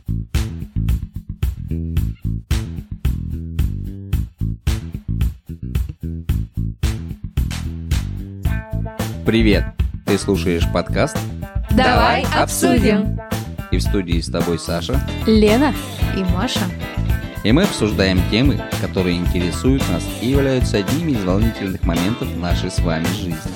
Привет! Ты слушаешь подкаст Давай обсудим! И в студии с тобой Саша, Лена и Маша. И мы обсуждаем темы, которые интересуют нас и являются одними из волнительных моментов нашей с вами жизни.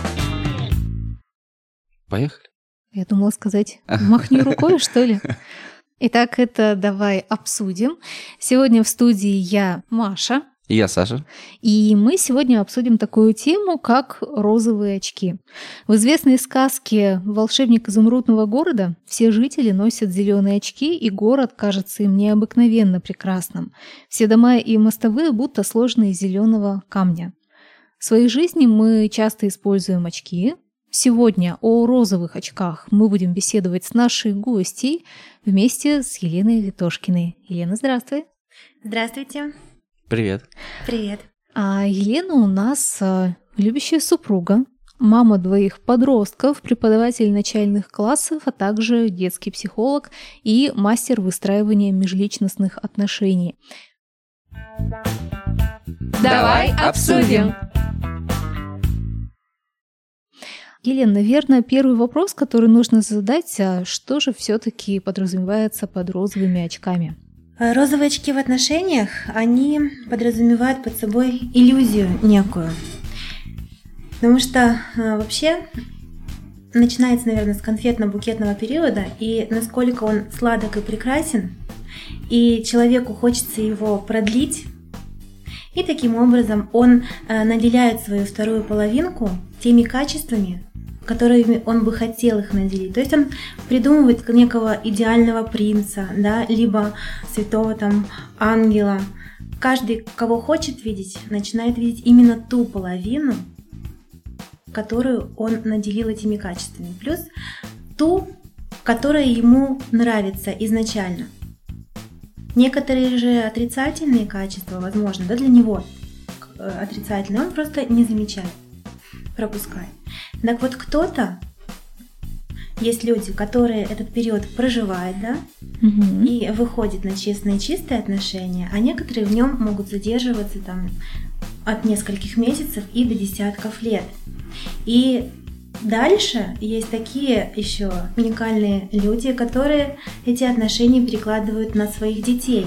Поехали! Я думала сказать, махни рукой, что ли? Итак, это «Давай обсудим». Сегодня в студии я, Маша. И я, Саша. И мы сегодня обсудим такую тему, как розовые очки. В известной сказке «Волшебник изумрудного города» все жители носят зеленые очки, и город кажется им необыкновенно прекрасным. Все дома и мостовые будто сложены из зеленого камня. В своей жизни мы часто используем очки. Сегодня о розовых очках мы будем беседовать с нашей гостьей вместе с Еленой Литошкиной. Елена, здравствуй. Здравствуйте. Привет. Привет. А Елена у нас любящая супруга, мама двоих подростков, преподаватель начальных классов, а также детский психолог и мастер выстраивания межличностных отношений. Давай обсудим! Елена, наверное, первый вопрос, который нужно задать, что же все-таки подразумевается под розовыми очками? Розовые очки в отношениях, они подразумевают под собой иллюзию некую. Потому что вообще начинается, наверное, с конфетно-букетного периода, и насколько он сладок и прекрасен, и человеку хочется его продлить, и таким образом он наделяет свою вторую половинку теми качествами, которыми он бы хотел их наделить. То есть он придумывает некого идеального принца, да, либо святого там ангела. Каждый, кого хочет видеть, начинает видеть именно ту половину, которую он наделил этими качествами. Плюс ту, которая ему нравится изначально. Некоторые же отрицательные качества, возможно, да, для него отрицательные, он просто не замечает, пропускает. Так вот, кто-то, есть люди, которые этот период проживают, да, и выходят на честные, чистые отношения, а некоторые в нем могут задерживаться там от нескольких месяцев и до десятков лет. И дальше есть такие еще уникальные люди, которые эти отношения перекладывают на своих детей.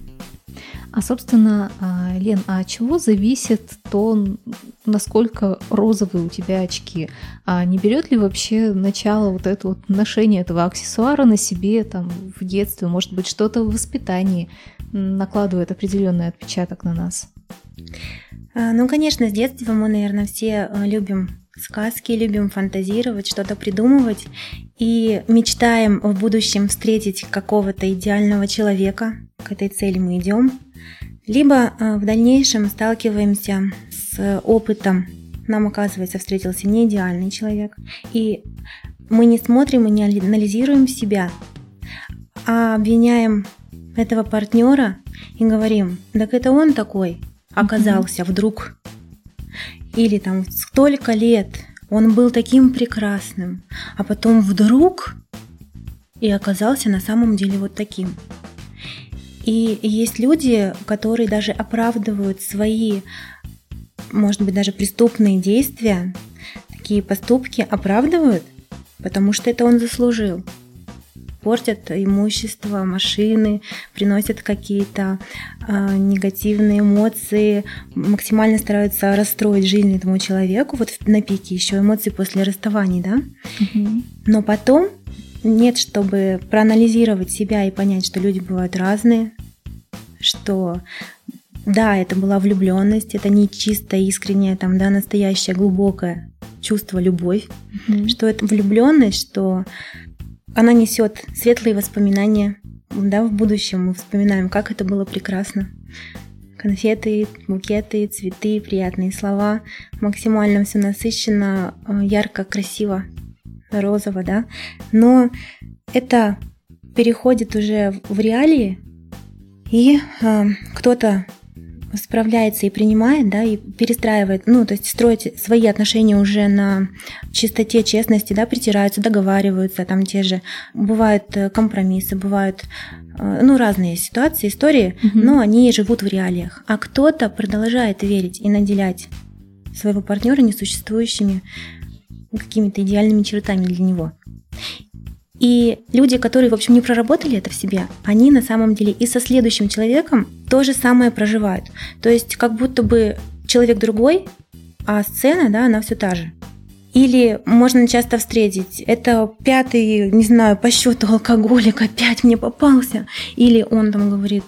А, собственно, Лен, а от чего зависит то, насколько розовые у тебя очки? А не берет ли вообще начало вот это вот ношение этого аксессуара на себе там в детстве? Может быть, что-то в воспитании накладывает определенный отпечаток на нас? Ну, конечно, с детства мы, наверное, все любим сказки, любим фантазировать, что-то придумывать и мечтаем в будущем встретить какого-то идеального человека. К этой цели мы идем. Либо в дальнейшем сталкиваемся с опытом. Нам, оказывается, встретился не идеальный человек. И мы не смотрим и не анализируем себя, а обвиняем этого партнера и говорим: так это он такой оказался вдруг. Или там столько лет он был таким прекрасным, а потом вдруг и оказался на самом деле вот таким. И есть люди, которые даже оправдывают свои, может быть, даже преступные действия, такие поступки оправдывают, потому что это он заслужил. Портят имущество, машины, приносят какие-то негативные эмоции, максимально стараются расстроить жизнь этому человеку. Вот на пике еще эмоции после расставаний, да? Но потом нет, чтобы проанализировать себя и понять, что люди бывают разные, что да, это была влюбленность, это не чисто искреннее, там, да, настоящее глубокое чувство, любовь, что это влюбленность, что она несет светлые воспоминания, да, в будущем мы вспоминаем, как это было прекрасно. Конфеты, букеты, цветы, приятные слова, максимально все насыщенно, ярко, красиво, розово, да. Но это переходит уже в реалии, и кто-то справляется и принимает, да, и перестраивает, то есть строит свои отношения уже на чистоте, честности, да, притираются, договариваются, там те же бывают компромиссы, бывают разные ситуации, истории, но они живут в реалиях. А кто-то продолжает верить и наделять своего партнера несуществующими какими-то идеальными чертами для него. И люди, которые, в общем, не проработали это в себе, они на самом деле и со следующим человеком то же самое проживают. То есть как будто бы человек другой, а сцена, да, она все та же. Или можно часто встретить, это 5-й, не знаю, по счету алкоголик опять мне попался. Или он там говорит...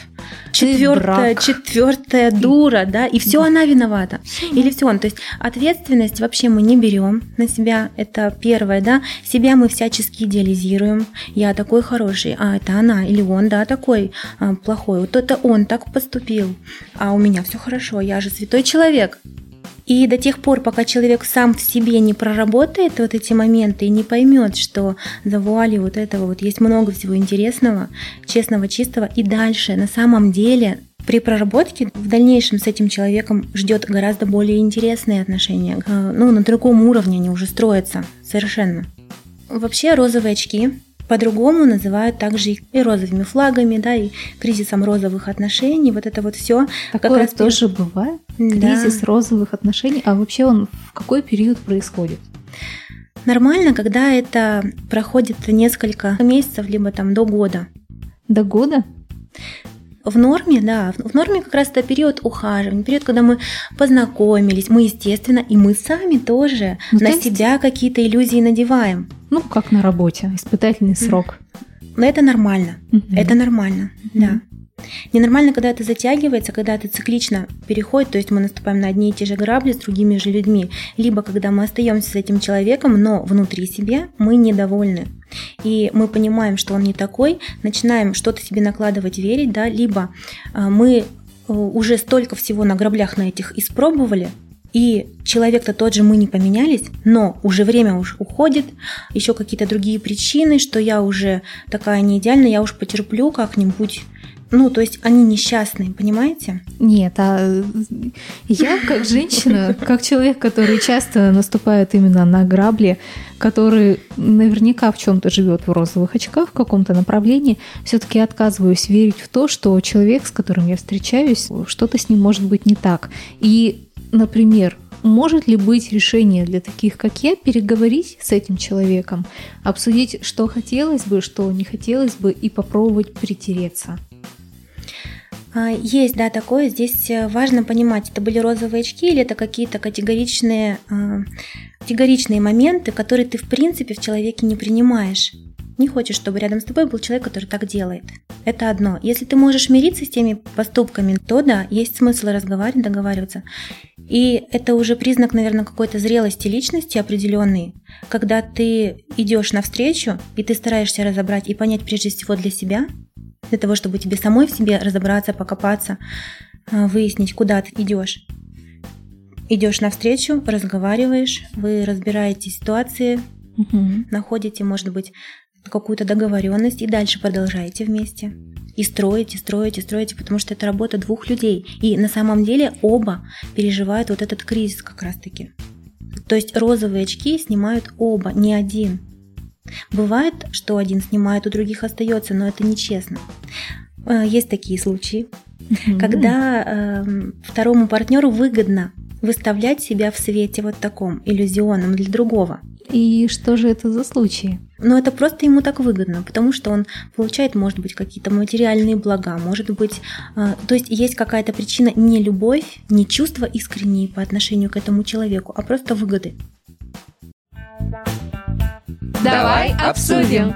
Четвертая дура, да, и все она виновата. Или все он. То есть ответственность вообще мы не берем на себя. Это первое, да. Себя мы всячески идеализируем. Я такой хороший, а это она. Или он, да, такой плохой. Вот это он так поступил. А у меня все хорошо, я же святой человек. И до тех пор, пока человек сам в себе не проработает вот эти моменты и не поймет, что за вуалью вот этого вот есть много всего интересного, честного, чистого, и дальше на самом деле при проработке в дальнейшем с этим человеком ждет гораздо более интересные отношения. На другом уровне они уже строятся совершенно. Вообще розовые очки по-другому называют также и розовыми флагами, да, и кризисом розовых отношений. Вот это вот все. Такое тоже бывает? Кризис розовых отношений. А вообще он в какой период происходит? Нормально, когда это проходит несколько месяцев, либо там до года. До года? В норме, да. В норме как раз это период ухаживания, период, когда мы познакомились, мы, естественно, и мы сами тоже на себя какие-то иллюзии надеваем. Как на работе, испытательный срок. Но это нормально, это нормально, да. Ненормально, когда это затягивается, когда это циклично переходит, то есть мы наступаем на одни и те же грабли с другими же людьми, либо когда мы остаемся с этим человеком, но внутри себя мы недовольны. И мы понимаем, что он не такой, начинаем что-то себе накладывать, верить, да, либо мы уже столько всего на граблях на этих испробовали, и человек-то тот же, мы не поменялись, но уже время уходит, еще какие-то другие причины, что я уже такая не идеальная, я уж потерплю как-нибудь. То есть они несчастные, понимаете? Нет, я как женщина, как человек, который часто наступает именно на грабли, который наверняка в чем-то живет в розовых очках, в каком-то направлении, все-таки отказываюсь верить в то, что человек, с которым я встречаюсь, что-то с ним может быть не так. И, например, может ли быть решение для таких, как я, переговорить с этим человеком, обсудить, что хотелось бы, что не хотелось бы, и попробовать притереться? Есть, да, такое. Здесь важно понимать, это были розовые очки или это какие-то категоричные моменты, которые ты, в принципе, в человеке не принимаешь. Не хочешь, чтобы рядом с тобой был человек, который так делает. Это одно. Если ты можешь мириться с теми поступками, то да, есть смысл разговаривать, договариваться. И это уже признак, наверное, какой-то зрелости личности определенной, когда ты идешь навстречу, и ты стараешься разобрать и понять прежде всего для себя, для того, чтобы тебе самой в себе разобраться, покопаться, выяснить, куда ты идешь. Идешь навстречу, разговариваешь, вы разбираете ситуации, находите, может быть, какую-то договоренность и дальше продолжаете вместе. И строите, потому что это работа двух людей. И на самом деле оба переживают вот этот кризис как раз-таки. То есть розовые очки снимают оба, не один. Бывает, что один снимает, у других остается, но это нечестно. Есть такие случаи, когда второму партнеру выгодно выставлять себя в свете вот таком, иллюзионном для другого. И что же это за случаи? Это просто ему так выгодно, потому что он получает, может быть, какие-то материальные блага, может быть, то есть есть какая-то причина, не любовь, не чувства искренние по отношению к этому человеку, а просто выгоды. Давай обсудим!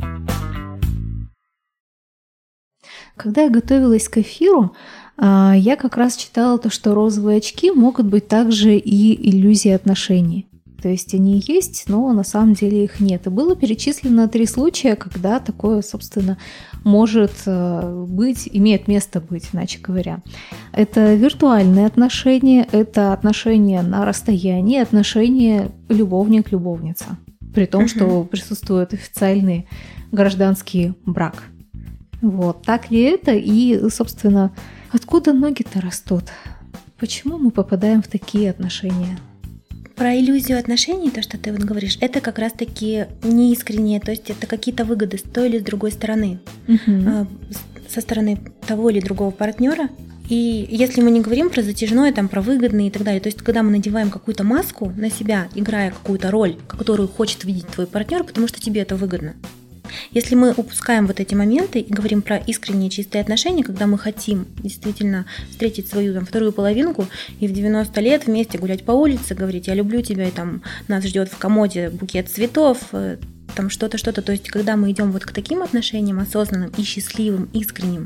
Когда я готовилась к эфиру, я как раз читала то, что розовые очки могут быть также и иллюзией отношений. То есть они есть, но на самом деле их нет. И было перечислено 3 случая, когда такое, собственно, может быть, имеет место быть, иначе говоря. Это виртуальные отношения, это отношения на расстоянии, отношения любовник-любовница. При том, что присутствует официальный гражданский брак. Вот. Так ли это? И, собственно, Откуда ноги-то растут? Почему мы попадаем в такие отношения? Про иллюзию отношений, то, что ты вот говоришь, это как раз-таки неискреннее, то есть это какие-то выгоды с той или с другой стороны, со стороны того или другого партнера. И если мы не говорим про затяжное, там, про выгодные и так далее, то есть когда мы надеваем какую-то маску на себя, играя какую-то роль, которую хочет видеть твой партнер, потому что тебе это выгодно. Если мы упускаем вот эти моменты и говорим про искренние чистые отношения, когда мы хотим действительно встретить свою там, вторую половинку и в 90 лет вместе гулять по улице, говорить «я люблю тебя», и там нас ждет в комоде букет цветов, там что-то, то есть когда мы идем вот к таким отношениям осознанным и счастливым, искренним,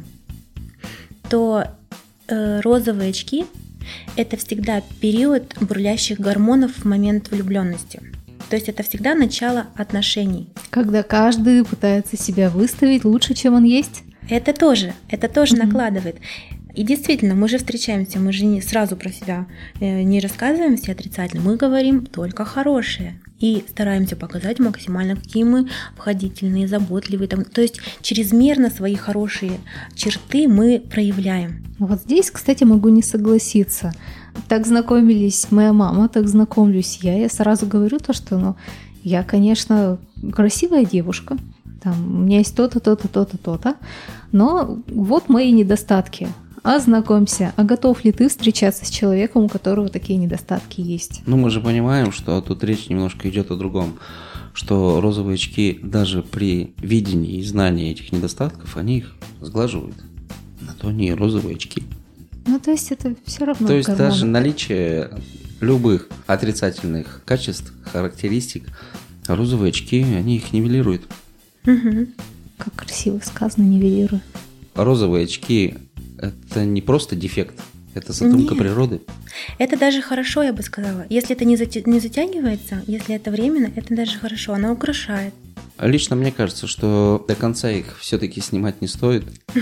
то розовые очки – это всегда период бурлящих гормонов в момент влюбленности. То есть это всегда начало отношений. Когда каждый пытается себя выставить лучше, чем он есть. Это тоже накладывает. И действительно, мы же встречаемся, мы же не сразу про себя не рассказываем все отрицательно, мы говорим только хорошее. И стараемся показать максимально, какие мы обходительные, заботливые. То есть чрезмерно свои хорошие черты мы проявляем. Вот здесь, кстати, могу не согласиться. Так знакомились моя мама, так знакомлюсь я. Я сразу говорю то, что я, конечно, красивая девушка. Там, у меня есть то-то, то-то, то-то, то-то. Но вот мои недостатки. А знакомься, а готов ли ты встречаться с человеком, у которого такие недостатки есть? Ну, мы же понимаем, что тут речь немножко идет о другом. Что розовые очки даже при видении и знании этих недостатков, они их сглаживают. На то они и розовые очки. Ну, то есть это все равно. То есть гормоны. даже наличие любых отрицательных качеств, характеристик, розовые очки, они их нивелируют. Угу. Как красиво сказано, нивелируют. Розовые очки – это не просто дефект, это задумка природы. Это даже хорошо, я бы сказала. Если это не затягивается, если это временно, это даже хорошо, оно украшает. Лично мне кажется, что до конца их все-таки снимать не стоит.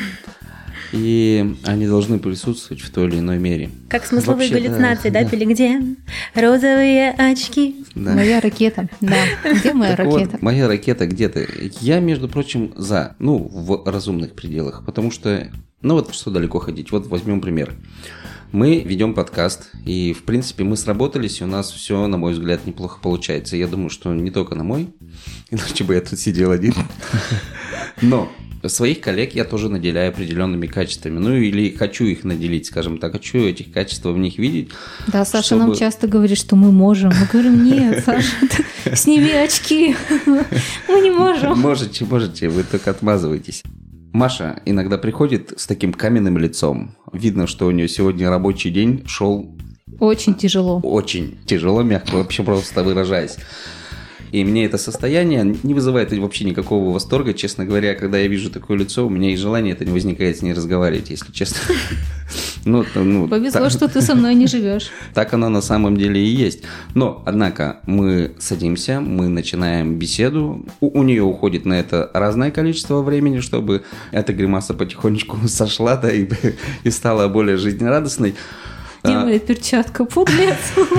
И они должны присутствовать в той или иной мере. Как смысловые галлюцинации, да, пели где? Розовые очки. Да. Моя ракета, да. Где моя ракета? Вот, моя ракета где-то. Я, между прочим, за, в разумных пределах, потому что, вот что далеко ходить. Вот возьмем пример. Мы ведем подкаст, и, в принципе, мы сработались, и у нас все, на мой взгляд, неплохо получается. Я думаю, что не только на мой, иначе бы я тут сидел один. Но своих коллег я тоже наделяю определенными качествами. Или хочу их наделить, скажем так. Хочу этих качеств в них видеть. Да, Саша нам часто говорит, что мы можем. Мы говорим, нет, Саша, сними очки. Мы не можем. Можете, вы только отмазываетесь. Маша иногда приходит с таким каменным лицом. Видно, что у нее сегодня рабочий день шел... Очень тяжело. Очень тяжело, мягко, вообще просто выражаясь. И мне это состояние не вызывает вообще никакого восторга. Честно говоря, когда я вижу такое лицо, у меня и желание это не возникает с ней разговаривать, если честно. Повезло, что ты со мной не живешь. Так оно на самом деле и есть. Но, однако, мы садимся, мы начинаем беседу. У нее уходит на это разное количество времени, чтобы эта гримаса потихонечку сошла, да, и стала более жизнерадостной. Где моя перчатка, подлец?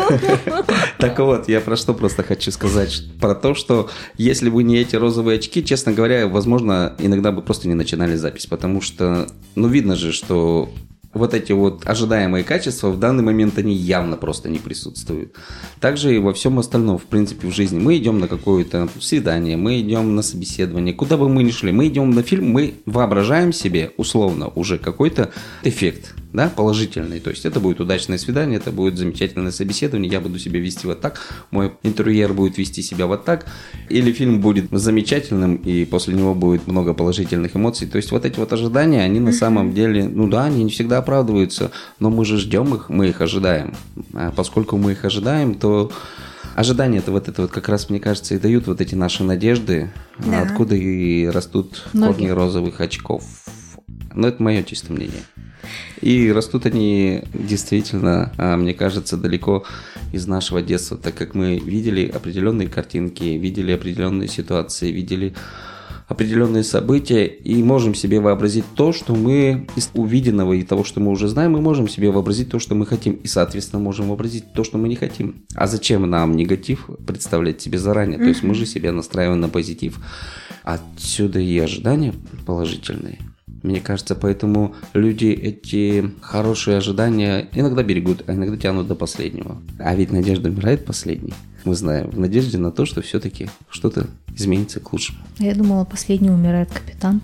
Так вот, я про что просто хочу сказать. Про то, что если бы не эти розовые очки, честно говоря, возможно, иногда бы просто не начинали запись. Потому что, видно же, что вот эти вот ожидаемые качества в данный момент они явно просто не присутствуют. Также и во всем остальном, в принципе, в жизни. Мы идем на какое-то свидание, мы идем на собеседование, куда бы мы ни шли, мы идем на фильм, мы воображаем себе условно уже какой-то эффект, да, положительный. То есть это будет удачное свидание, это будет замечательное собеседование, я буду себя вести вот так, мой интерьер будет вести себя вот так, или фильм будет замечательным, и после него будет много положительных эмоций. То есть вот эти вот ожидания, они на самом деле, они не всегда оправдываются, но мы же ждем их, мы их ожидаем. А поскольку мы их ожидаем, то ожидания-то вот это вот как раз, мне кажется, и дают вот эти наши надежды, да. Откуда и растут корни розовых очков. Но это мое чистое мнение. И растут они действительно, мне кажется, далеко из нашего детства, так как мы видели определенные картинки, видели определенные ситуации, видели определенные события и можем себе вообразить то, что мы из увиденного и того, что мы уже знаем, мы можем себе вообразить то, что мы хотим, и, соответственно, можем вообразить то, что мы не хотим. А зачем нам негатив представлять себе заранее? То есть мы же себя настраиваем на позитив. Отсюда и ожидания положительные. Мне кажется, поэтому люди эти хорошие ожидания иногда берегут, а иногда тянут до последнего. А ведь надежда умирает последней. Мы знаем, в надежде на то, что все-таки что-то изменится к лучшему. Я думала, последний умирает капитан.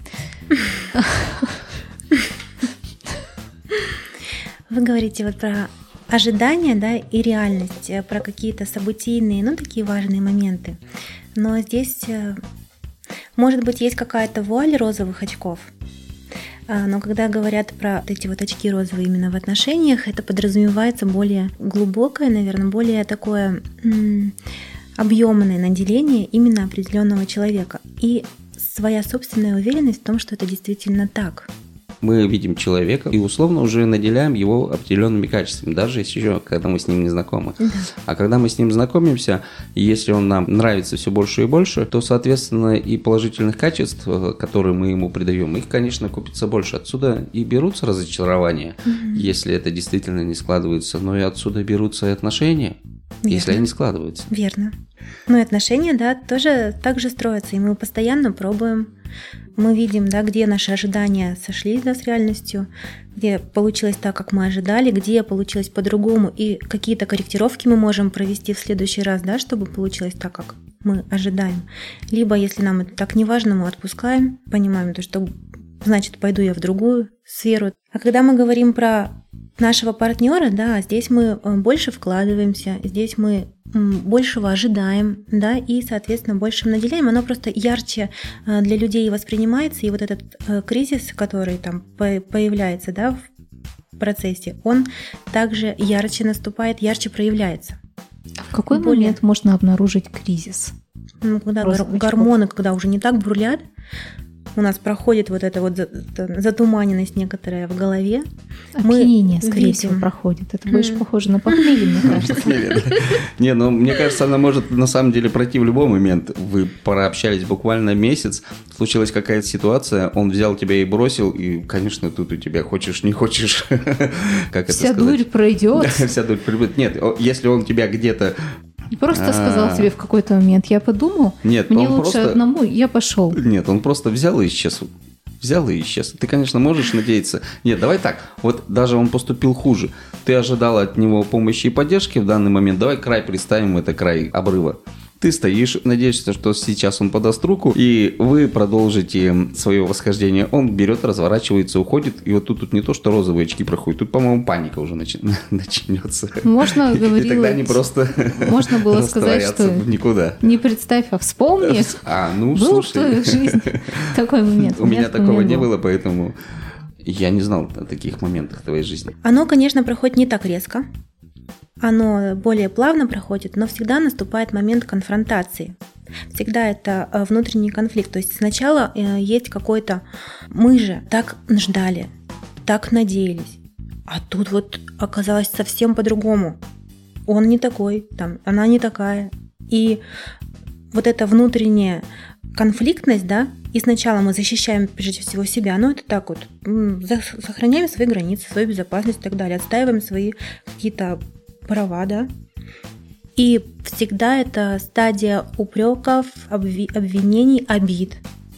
Вы говорите вот про ожидания, да, и реальность, про какие-то событийные, ну, такие важные моменты. Но здесь, может быть, есть какая-то вуаль розовых очков. Но когда говорят про вот эти вот очки розовые именно в отношениях, это подразумевается более глубокое, наверное, более такое объемное наделение именно определенного человека. И своя собственная уверенность в том, что это действительно так. Мы видим человека и условно уже наделяем его определенными качествами, даже еще когда мы с ним не знакомы. Да. А когда мы с ним знакомимся, если он нам нравится все больше и больше, то, соответственно, и положительных качеств, которые мы ему придаем, их, конечно, копится больше. Отсюда и берутся разочарования, если это действительно не складывается, но и отсюда берутся и отношения, если они складываются. Верно. Ну и отношения, да, тоже так же строятся, и мы постоянно пробуем. Мы видим, да, где наши ожидания сошлись, да, с реальностью, где получилось так, как мы ожидали, где получилось по-другому, и какие-то корректировки мы можем провести в следующий раз, да, чтобы получилось так, как мы ожидаем. Либо, если нам это так не важно, мы отпускаем, понимаем, то, что значит, пойду я в другую сферу. А когда мы говорим про нашего партнера, да, здесь мы больше вкладываемся, здесь мы большего ожидаем, да, и, соответственно, большим наделяем. Оно просто ярче для людей воспринимается, и вот этот кризис, который там появляется, да, в процессе, он также ярче наступает, ярче проявляется. В какой момент можно обнаружить кризис? Ну, когда гормоны, когда уже не так бурлят, у нас проходит вот эта вот затуманенность некоторая в голове. Опьянение, скорее всего, проходит. Это больше похоже на похмелье, мне кажется. Не, ну, мне кажется, она может на самом деле пройти в любой момент. Вы прообщались буквально месяц, случилась какая-то ситуация, он взял тебя и бросил, и, конечно, тут у тебя хочешь, не хочешь. Как это сказать? Вся дурь пройдет. Вся дурь пройдет. Нет, если он тебя где-то... Просто сказал тебе в какой-то момент, я подумал, нет, мне лучше просто... одному, я пошел. Нет, он просто взял и исчез. Взял и исчез. Ты, конечно, можешь надеяться. Нет, давай так. Вот даже он поступил хуже. Ты ожидал от него помощи и поддержки в данный момент. Давай край представим, это край обрыва. Ты стоишь, надеешься, что сейчас он подаст руку, и вы продолжите свое восхождение. Он берет, разворачивается, уходит, и вот тут не то, что розовые очки проходят, тут, по-моему, паника уже начнется. Можно говорить. И тогда они просто можно было сказать, что никуда. Не представь, а вспомни. Ну, был слушай. в твоей жизни такой момент. У меня такого не было, поэтому я не знал о таких моментах в твоей жизни. Оно, конечно, проходит не так резко. Оно более плавно проходит, но всегда наступает момент конфронтации. Всегда это внутренний конфликт. То есть сначала есть какой-то... Мы же так ждали, так надеялись. А тут вот оказалось совсем по-другому. Он не такой, там, она не такая. И вот эта внутренняя конфликтность, да, и сначала мы защищаем прежде всего себя, но это так вот, сохраняем свои границы, свою безопасность и так далее, отстаиваем свои какие-то права, да. И всегда это стадия упреков, обвинений, обид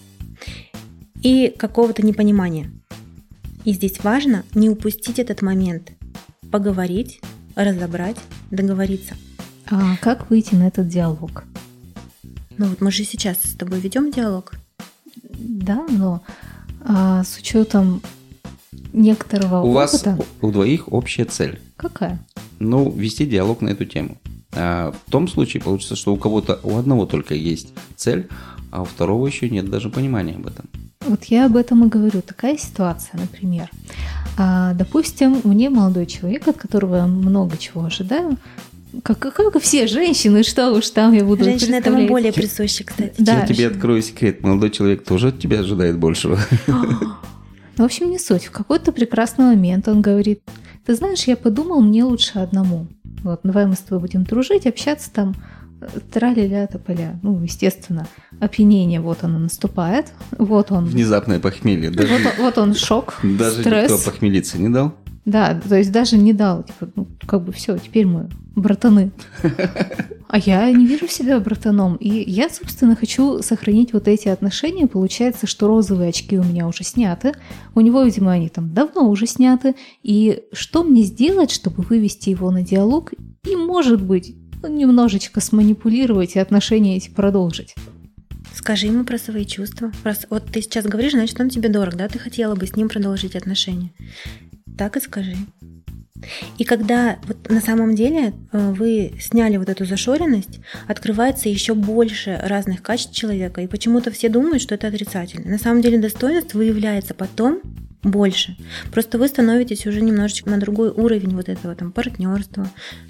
и какого-то непонимания. И здесь важно не упустить этот момент, поговорить, разобрать, договориться. А как выйти на этот диалог? Ну вот мы же сейчас с тобой ведем диалог. Да, но с учетом некоторого у опыта... вас у двоих общая цель. Какая? Ну, вести диалог на эту тему. А в том случае получится, что у одного только есть цель, а у второго еще нет даже понимания об этом. Вот я об этом и говорю. Такая ситуация, например. Допустим, мне молодой человек, от которого я много чего ожидаю, как и все женщины, что уж там я буду Женщины этому более присущи, кстати. Да. Я тебе открою секрет. Молодой человек тоже от тебя ожидает большего. В общем, не суть. В какой-то прекрасный момент он говорит: ты знаешь, я подумал, мне лучше одному. Вот, давай мы с тобой будем дружить, общаться там, тра-ля-ля, тополя. Ну, естественно, опьянение, вот оно наступает. Вот он. Внезапное похмелье. Вот он шок, даже стресс. Никто похмелиться не дал? Да, то есть даже не дал. Типа, ну, как бы все, теперь мы братаны. А я не вижу себя братаном. И я, собственно, хочу сохранить вот эти отношения. Получается, что розовые очки у меня уже сняты. У него, видимо, они там давно уже сняты. И что мне сделать, чтобы вывести его на диалог и, может быть, немножечко сманипулировать и отношения эти продолжить? Скажи ему про свои чувства. Вот ты сейчас говоришь, значит, он тебе дорог, да? Ты хотела бы с ним продолжить отношения. Так и скажи. И когда вот на самом деле вы сняли вот эту зашоренность, открывается еще больше разных качеств человека, и почему-то все думают, что это отрицательно. На самом деле достоинств выявляется потом больше. Просто вы становитесь уже немножечко на другой уровень вот этого там партнерства,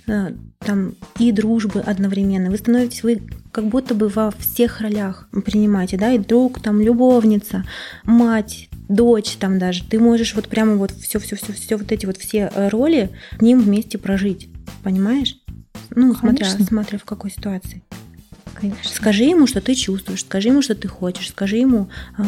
там и дружбы одновременно. Вы как будто бы во всех ролях принимаете, да, и друг, там, любовница, мать, дочь там даже. Ты можешь вот прямо вот все вот эти вот все роли к ним вместе прожить. Понимаешь? Ну, смотря в какой ситуации. Конечно. Скажи ему, что ты чувствуешь, скажи ему, что ты хочешь, скажи ему...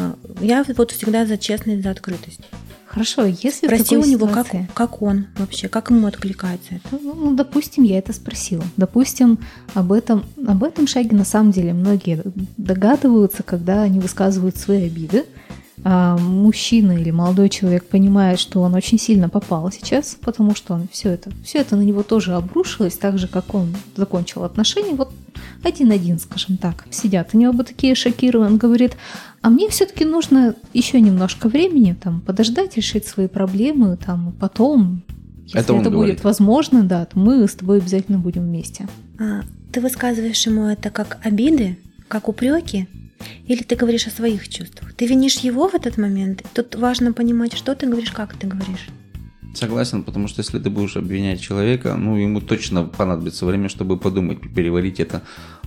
Я вот всегда за честность, за открытость. Хорошо, если спроси у него, ситуации... как он вообще, как ему откликается это. Ну, допустим, я это спросила. Допустим, об этом шаге на самом деле многие догадываются, когда они высказывают свои обиды. А мужчина или молодой человек понимает, что он очень сильно попал сейчас, потому что он все это на него тоже обрушилось, так же, как он закончил отношения. Вот 1-1, скажем так, сидят. У него оба такие шокированы. Он говорит: а мне все-таки нужно еще немножко времени, там, подождать, решить свои проблемы, там, потом, если это будет возможно, да, то мы с тобой обязательно будем вместе. Ты высказываешь ему это как обиды, как упреки? Или ты говоришь о своих чувствах? Ты винишь его в этот момент? Тут важно понимать, что ты говоришь, как ты говоришь. Согласен, потому что если ты будешь обвинять человека, ну, ему точно понадобится время, чтобы подумать, переварить это.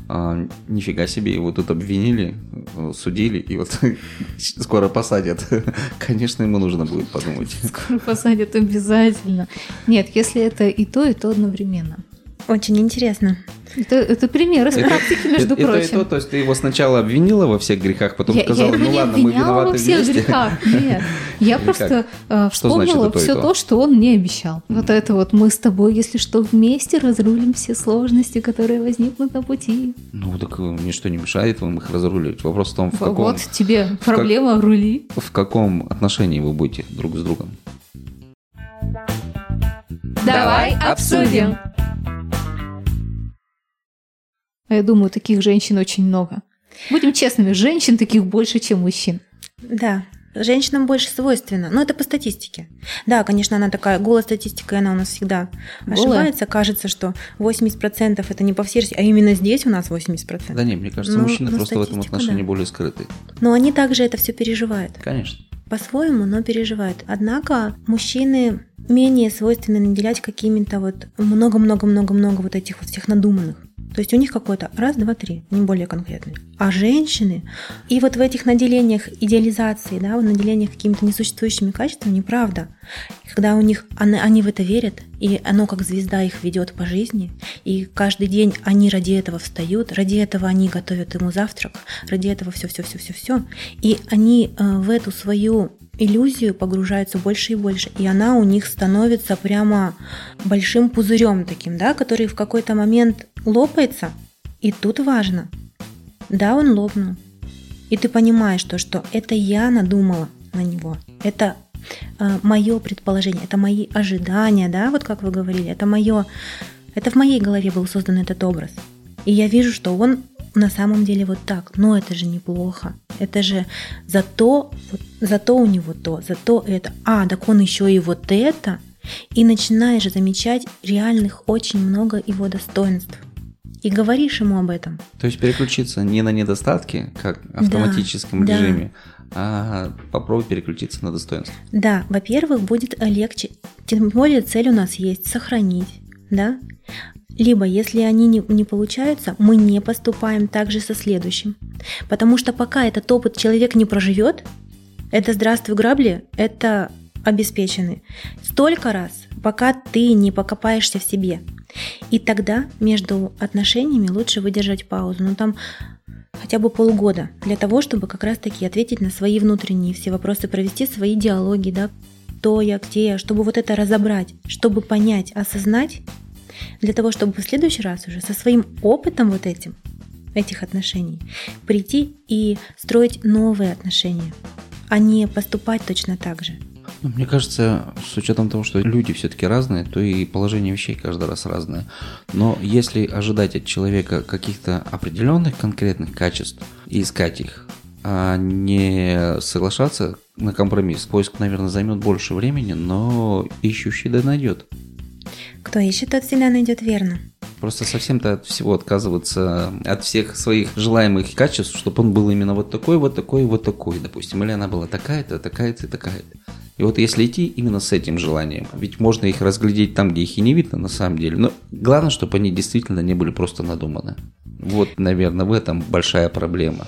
Нифига себе, его тут обвинили, судили, и вот скоро посадят. Конечно, ему нужно будет подумать. Скоро посадят обязательно. Нет, если это и то одновременно. Очень интересно. Это пример из практики, между прочим. То есть ты его сначала обвинила во всех грехах, потом сказала: ну ладно, мы виноваты вместе. Я его не обвиняла во всех грехах, нет. Я просто вспомнила все то, что он мне обещал. Вот это вот: мы с тобой, если что, вместе разрулим все сложности, которые возникнут на пути. Ну так ничто не мешает вам их разрулить. Вопрос в том, в каком... Вот тебе проблема, рули. В каком отношении вы будете друг с другом? Давай обсудим. А я думаю, таких женщин очень много. Будем честными, женщин таких больше, чем мужчин. Да, женщинам больше свойственно. Но это по статистике. Да, конечно, она такая голая статистика, и она у нас всегда ошибается. Кажется, что 80% это не по всей России, а именно здесь у нас 80%. Да нет, мне кажется, мужчины просто в этом отношении более скрыты. Но они также это все переживают. Конечно. По-своему, но переживают. Однако мужчины менее свойственно наделять какими-то вот много-много-много-много вот этих вот всех надуманных. То есть у них какой-то раз, два, три, не более конкретный. А женщины, и вот в этих наделениях идеализации, да, в наделениях какими-то несуществующими качествами, неправда. И когда у них, они в это верят, и оно как звезда их ведет по жизни, и каждый день они ради этого встают, ради этого они готовят ему завтрак, ради этого все. И они в эту свою иллюзию погружаются больше и больше, и она у них становится прямо большим пузырем таким, да, который в какой-то момент лопается, и тут важно. Да, он лопнул. И ты понимаешь то, что это я надумала на него. Это мое предположение, это мои ожидания, да, вот как вы говорили, это в моей голове был создан этот образ. И я вижу, что он на самом деле вот так. Но это же неплохо. Это же зато у него то, зато это. Так он еще и вот это. И начинаешь замечать реальных очень много его достоинств. И говоришь ему об этом. То есть переключиться не на недостатки, как в автоматическом режиме, а попробуй переключиться на достоинство. Да, во-первых, будет легче. Тем более цель у нас есть сохранить, да? Либо, если они не получаются, мы не поступаем так же со следующим. Потому что пока этот опыт человек не проживет, это «здравствуй, грабли», это обеспечены. Столько раз, пока ты не покопаешься в себе. И тогда между отношениями лучше выдержать паузу. Там хотя бы полгода для того, чтобы как раз-таки ответить на свои внутренние все вопросы, провести свои диалоги, да, кто я, где я, чтобы вот это разобрать, чтобы понять, осознать Для того, чтобы в следующий раз уже со своим опытом этих отношений прийти и строить новые отношения, а не поступать точно так же. Мне кажется, с учетом того, что люди все-таки разные, то и положение вещей каждый раз разное. Но если ожидать от человека каких-то определенных конкретных качеств и искать их, а не соглашаться на компромисс, поиск, наверное, займет больше времени, но ищущий да найдет. Кто ищет, тот всегда найдет, верно. Просто совсем-то от всего отказываться, от всех своих желаемых качеств, чтобы он был именно вот такой, допустим. Или она была такая-то, такая-то, такая-то. И вот если идти именно с этим желанием, ведь можно их разглядеть там, где их и не видно на самом деле, но главное, чтобы они действительно не были просто надуманы. Вот, наверное, в этом большая проблема.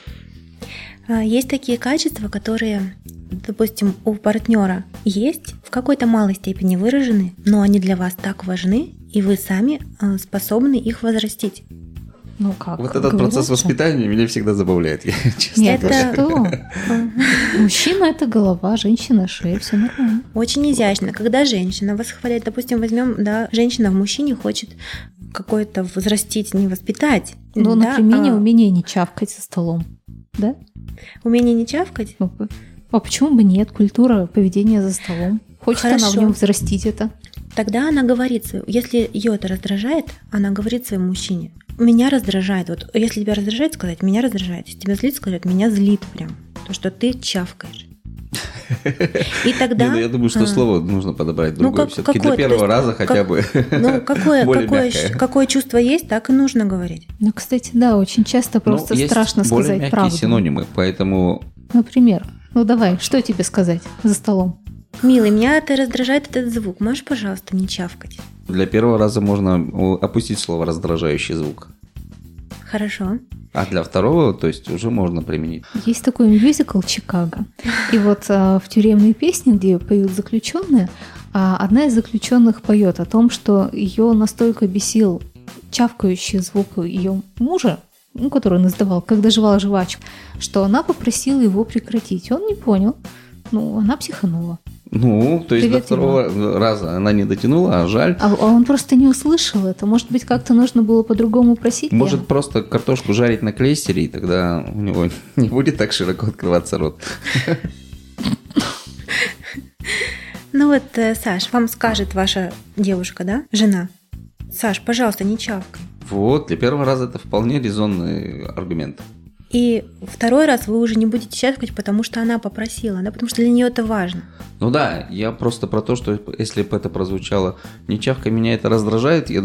Есть такие качества, которые, допустим, у партнера есть, в какой-то малой степени выражены, но они для вас так важны, и вы сами способны их возрастить. Ну как? Вот этот процесс воспитания меня всегда забавляет, я честно Нет, говорю. это что? Мужчина – это голова, женщина – шея, все нормально. Очень изящно, когда женщина восхваляет, допустим, возьмем, да, женщина в мужчине хочет какое-то возрастить, не воспитать. Ну, да, например, умение не чавкать за столом, да? Умение не чавкать? Ну, а почему бы нет? Культура поведения за столом. Хочет Хорошо. она в нем взрастить это. Тогда она говорит, если ее это раздражает, она говорит своему мужчине: меня раздражает. Вот если тебя раздражает, сказать: меня раздражает. Если тебя злит, сказать: меня злит прям. То, что ты чавкаешь. И тогда... Я думаю, что слово нужно подобрать другое. Все-таки для первого раза хотя бы более мягкое. Какое чувство есть, так и нужно говорить. Ну, кстати, да, очень часто просто страшно сказать правду. Есть более мягкие синонимы, поэтому... Например, ну давай, что тебе сказать за столом? Милый, меня это раздражает этот звук. Можешь, пожалуйста, не чавкать? Для первого раза можно опустить слово «раздражающий звук». Хорошо. А для второго, то есть, уже можно применить. Есть такой мюзикл «Чикаго». И вот в тюремной песне, где поют заключенные, одна из заключенных поет о том, что ее настолько бесил чавкающий звук ее мужа, который он издавал, когда жевала жвачку, что она попросила его прекратить. Он не понял. Ну, она психанула. Ну, то есть до второго раза она не дотянула, а жаль. А он просто не услышал это. Может быть, как-то нужно было по-другому просить? Может, просто картошку жарить на клейстере, и тогда у него не будет так широко открываться рот. Ну вот, Саш, вам скажет ваша девушка, да, жена: Саш, пожалуйста, не чавкай. Вот, для первого раза это вполне резонный аргумент. И второй раз вы уже не будете чавкать, потому что она попросила, да, потому что для нее это важно. Ну да, я просто про то, что если бы это прозвучало «не чавкай, меня это раздражает», я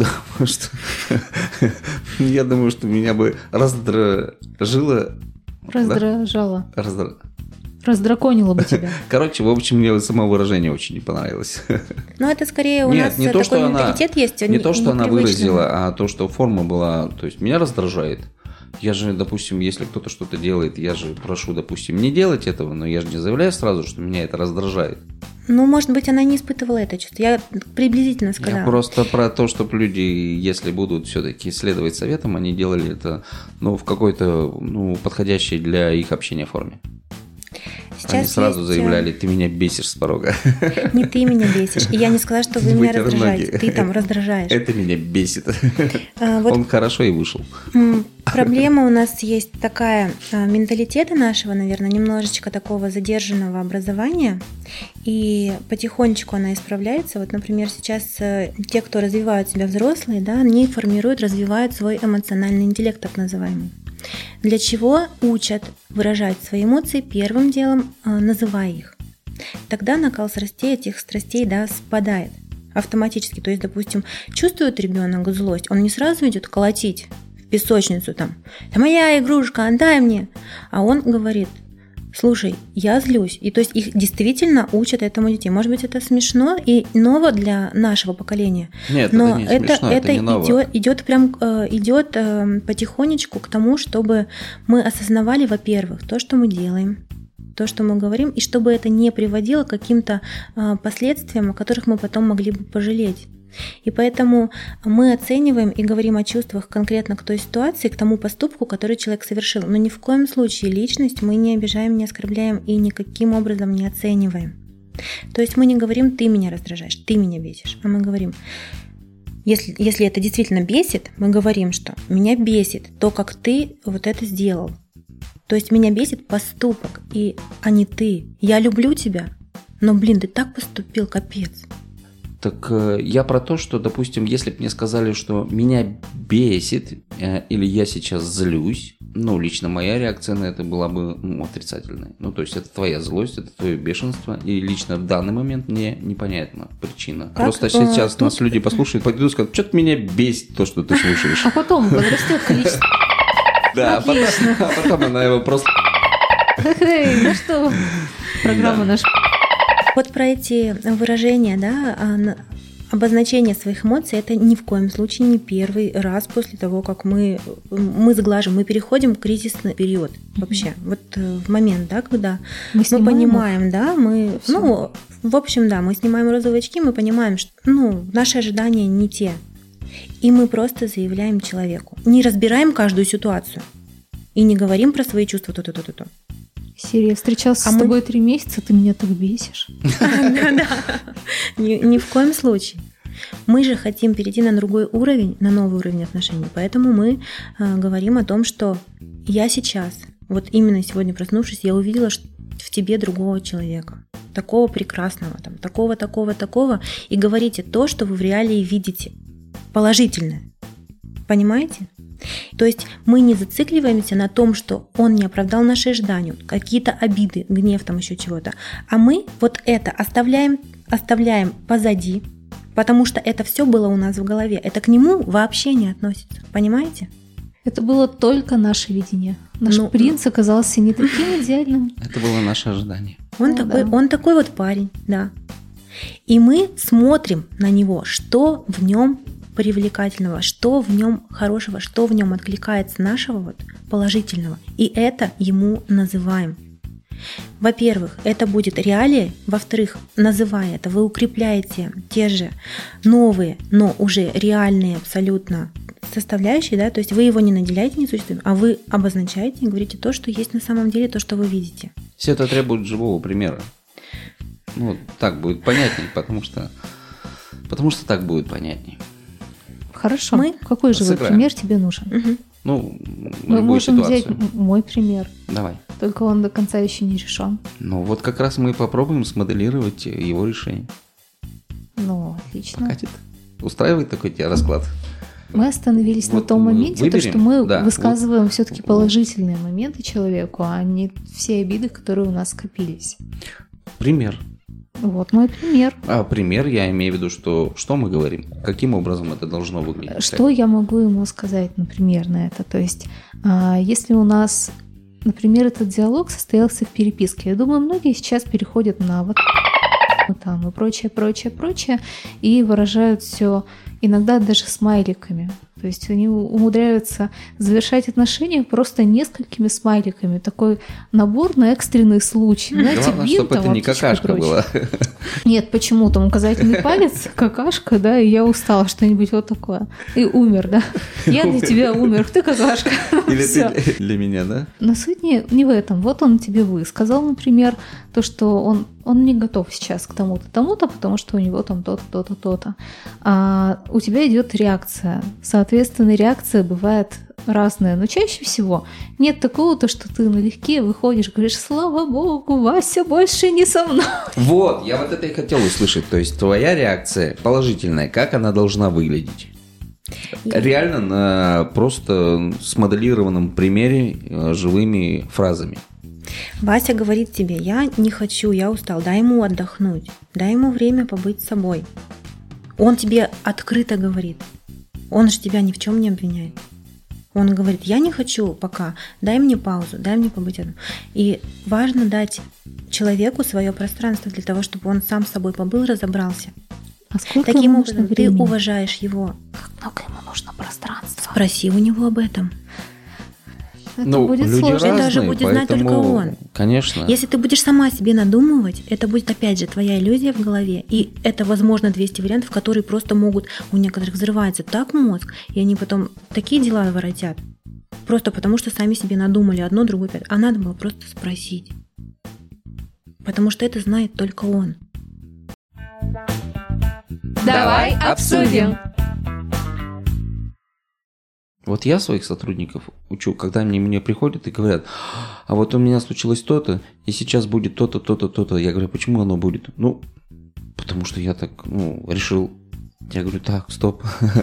думаю, что меня бы раздражило. Раздражала. Раздраконила бы тебя. Короче, в общем, мне само выражение очень не понравилось. Но это скорее у нас такой менталитет есть. Не то, что она выразила, а то, что форма была, то есть меня раздражает. Я же, допустим, если кто-то что-то делает, я же прошу, допустим, не делать этого, но я же не заявляю сразу, что меня это раздражает. Ну, может быть, она не испытывала это чувство. Я приблизительно сказала. Я просто про то, чтобы люди, если будут все-таки следовать советам, они делали это, в какой-то, подходящей для их общения форме. Сейчас они сразу заявляли: ты меня бесишь с порога. Не ты меня бесишь. И я не сказала, что вы меня раздражаете. Ты там раздражаешь. Это меня бесит. Он хорошо и вышел. Проблема у нас есть такая, менталитета нашего, наверное, немножечко такого задержанного образования. И потихонечку она исправляется. Вот, например, сейчас те, кто развивают себя взрослые, да, они формируют, развивают свой эмоциональный интеллект, так называемый. Для чего учат выражать свои эмоции первым делом, называя их. Тогда накал этих страстей, да, спадает автоматически. То есть, допустим, чувствует ребенок злость, он не сразу идет колотить в песочницу там: «Это моя игрушка, отдай мне!» А он говорит: слушай, я злюсь. И то есть их действительно учат этому детей. Может быть, это смешно и ново для нашего поколения. Нет, но это не смешно, это не ново. идет потихонечку к тому, чтобы мы осознавали, во-первых, то, что мы делаем, то, что мы говорим, и чтобы это не приводило к каким-то последствиям, о которых мы потом могли бы пожалеть. И поэтому мы оцениваем и говорим о чувствах конкретно к той ситуации, к тому поступку, который человек совершил. Но ни в коем случае личность мы не обижаем, не оскорбляем и никаким образом не оцениваем. То есть мы не говорим: ты меня раздражаешь, ты меня бесишь, а мы говорим: Если это действительно бесит, мы говорим, что меня бесит то, как ты вот это сделал. То есть меня бесит поступок, а не ты. Я люблю тебя, но, блин, ты так поступил, капец. Так я про то, что, допустим, если бы мне сказали, что меня бесит или я сейчас злюсь, лично моя реакция на это была бы отрицательной. То есть это твоя злость, это твое бешенство, и лично в данный момент мне непонятна причина. Просто сейчас нас люди послушают, пойдут и скажут, что-то меня бесит то, что ты слушаешь. А потом подрастет количество. Да, а потом она его просто... Ну что, программа наша. Вот про эти выражения, да, обозначение своих эмоций, это ни в коем случае не первый раз после того, как мы сглаживаем, мы переходим в кризисный период вообще. Вот в момент, да, когда мы понимаем, да, в общем, да, мы снимаем розовые очки, мы понимаем, что, наши ожидания не те. И мы просто заявляем человеку. Не разбираем каждую ситуацию и не говорим про свои чувства то-то. Сири, я встречался с тобой 3 месяца, ты меня так бесишь. Да. Ни в коем случае. Мы же хотим перейти на другой уровень, на новый уровень отношений. Поэтому мы говорим о том, что я сейчас, вот именно сегодня проснувшись, я увидела в тебе другого человека. Такого прекрасного, такого. И говорите то, что вы в реалии видите. Положительное. Понимаете? То есть мы не зацикливаемся на том, что он не оправдал наши ожидания, какие-то обиды, гнев, там еще чего-то. А мы вот это оставляем позади, потому что это все было у нас в голове. Это к нему вообще не относится. Понимаете? Это было только наше видение. Наш принц оказался не таким идеальным. Это было наше ожидание. Он такой вот парень, да. И мы смотрим на него, что в нем привлекательного, что в нем хорошего, что в нем откликается нашего вот положительного. И это ему называем. Во-первых, это будет реалия. Во-вторых, называя это, вы укрепляете те же новые, но уже реальные абсолютно составляющие, да, то есть вы его не наделяете несуществующим, а вы обозначаете и говорите то, что есть на самом деле, то, что вы видите. Все это требует живого примера. Так будет понятней, потому что так будет понятней. Хорошо. Какой живой пример тебе нужен? Мы можем взять мой пример. Давай. Только он до конца еще не решен. Вот как раз мы попробуем смоделировать его решение. Отлично. Покатит. Устраивает такой тебя расклад? Мы остановились на том моменте, что мы высказываем все-таки положительные моменты человеку, а не все обиды, которые у нас скопились. Пример. Вот мой пример. Пример, я имею в виду, что мы говорим? Каким образом это должно выглядеть? Что я могу ему сказать, например, на это? То есть, если у нас, например, этот диалог состоялся в переписке, я думаю, многие сейчас переходят на вот там и прочее, и выражают все иногда даже смайликами. То есть они умудряются завершать отношения просто несколькими смайликами. Такой набор на экстренный случай. Главное, чтобы это не какашка была. Нет, почему? Там указательный палец, какашка, да, и я устала, что-нибудь вот такое. И умер, да. Я для тебя умер, ты какашка. Или ты для меня, да? Но суть не в этом. Вот он тебе высказал, например, то, что он не готов сейчас к тому-то, потому что у него там то-то. А у тебя идет реакция. Соответственно, реакция бывает разная, но чаще всего нет такого-то, что ты налегке выходишь, говоришь: слава богу, Вася больше не со мной. Вот, я вот это и хотел услышать. То есть твоя реакция положительная, как она должна выглядеть? Реально на просто смоделированном примере живыми фразами. Вася говорит тебе: я не хочу, я устал, дай ему отдохнуть, дай ему время побыть с собой. Он тебе открыто говорит. Он же тебя ни в чем не обвиняет. Он говорит: я не хочу пока, дай мне паузу, дай мне побыть одному. И важно дать человеку свое пространство для того, чтобы он сам с собой побыл, разобрался. А сколько таким ему образом нужно ты времени? уважаешь его. Как много ему нужно пространства? Спроси у него об этом. Это будет люди сложно. разные, Это же будет знать поэтому, только он. Конечно. Если ты будешь сама себе надумывать, это будет опять же твоя иллюзия в голове. И это, возможно, 200 вариантов, которые просто могут у некоторых взрываться так мозг, и они потом такие дела воротят. Просто потому, что сами себе надумали одно, другое, пятое. А надо было просто спросить. Потому что это знает только он. Давай обсудим. Вот я своих сотрудников учу, когда они мне приходят и говорят, а вот у меня случилось то-то, и сейчас будет то-то, то-то, то-то. Я говорю, почему оно будет? Ну, потому что я так, решил. Я говорю, так, стоп.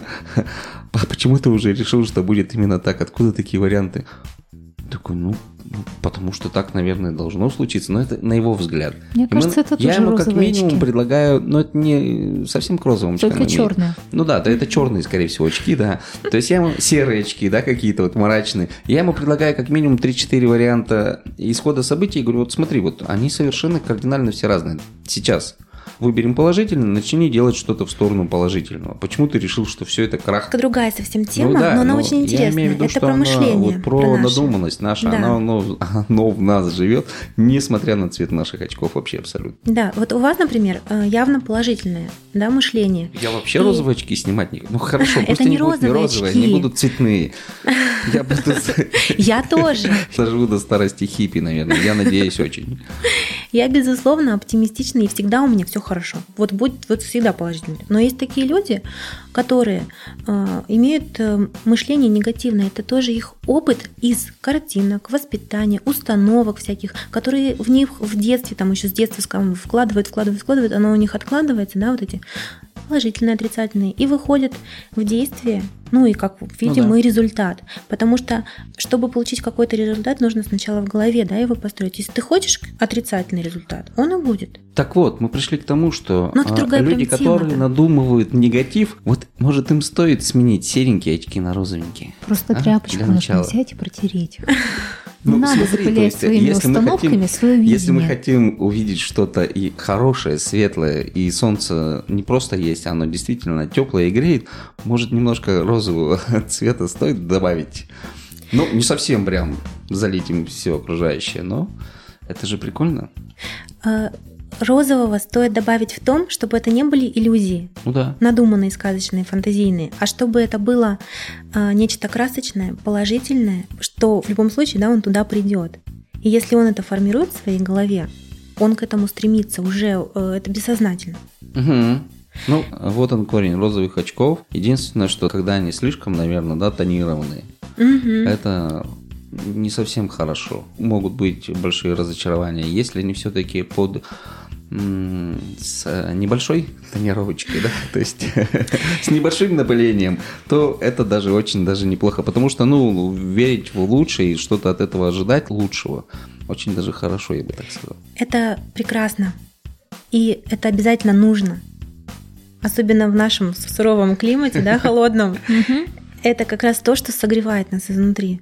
Почему ты уже решил, что будет именно так? Откуда такие варианты? Такой, потому что так, наверное, должно случиться. Но это на его взгляд. Мне кажется, это тоже я ему как розовые минимум очки. предлагаю, но это не совсем к розовым очкам. Только черные. Ну да, это черные, скорее всего, очки, да. То есть я ему серые очки, да, какие-то вот мрачные. Я ему предлагаю как минимум 3-4 варианта исхода событий. И говорю, вот смотри, вот они совершенно кардинально все разные. Сейчас выберем положительно, начни делать что-то в сторону положительного. Почему ты решил, что все это крах? Это другая совсем тема, но она очень интересная. Я имею в виду, это что про мышление. Вот про надуманность наша, да. оно в нас живет, несмотря на цвет наших очков вообще абсолютно. Да, вот у вас, например, явно положительное, да, мышление. Я вообще розовые очки снимать не... Ну хорошо, пусть это они не будут не розовые, очки. они будут цветные. Я буду... Я тоже. Сожгу до старости хиппи, наверное. Я надеюсь очень. Я, безусловно, оптимистична, и всегда у меня все хорошо. Вот будет вот всегда положительно. Но есть такие люди, которые имеют мышление негативное. Это тоже их опыт из картинок, воспитания, установок всяких, которые в них в детстве, там еще с детства скажем, вкладывают, оно у них откладывается, да, вот эти положительные, отрицательные, и выходят в действие, ну и как видим мы результат. Потому что, чтобы получить какой-то результат, нужно сначала в голове, да, его построить. Если ты хочешь отрицательный результат, он и будет. Так вот, мы пришли к тому, что тема, люди, которые надумывают негатив, вот может им стоит сменить серенькие очки на розовенькие. Просто тряпочку нужно взять и протереть. Ну, надо смотри, запылять своими установками свое видение. Если мы хотим увидеть что-то и хорошее, светлое, и солнце не просто есть, оно действительно теплое и греет, может немножко розового цвета стоит добавить. Ну, не совсем прям залить им все окружающее, но это же прикольно. Розового стоит добавить в том, чтобы это не были иллюзии, надуманные, сказочные, фантазийные, а чтобы это было нечто красочное, положительное, что в любом случае, да, он туда придет. И если он это формирует в своей голове, он к этому стремится уже, это бессознательно. Угу. Ну, вот он корень розовых очков. Единственное, что когда они слишком, наверное, да, тонированные, это не совсем хорошо. Могут быть большие разочарования, если они все-таки с небольшой тонировочкой, да, то есть с небольшим напылением, то это даже очень даже неплохо, потому что, верить в лучшее и что-то от этого ожидать лучшего очень даже хорошо, я бы так сказал. Это прекрасно, и это обязательно нужно, особенно в нашем суровом климате, да, холодном. Это как раз то, что согревает нас изнутри.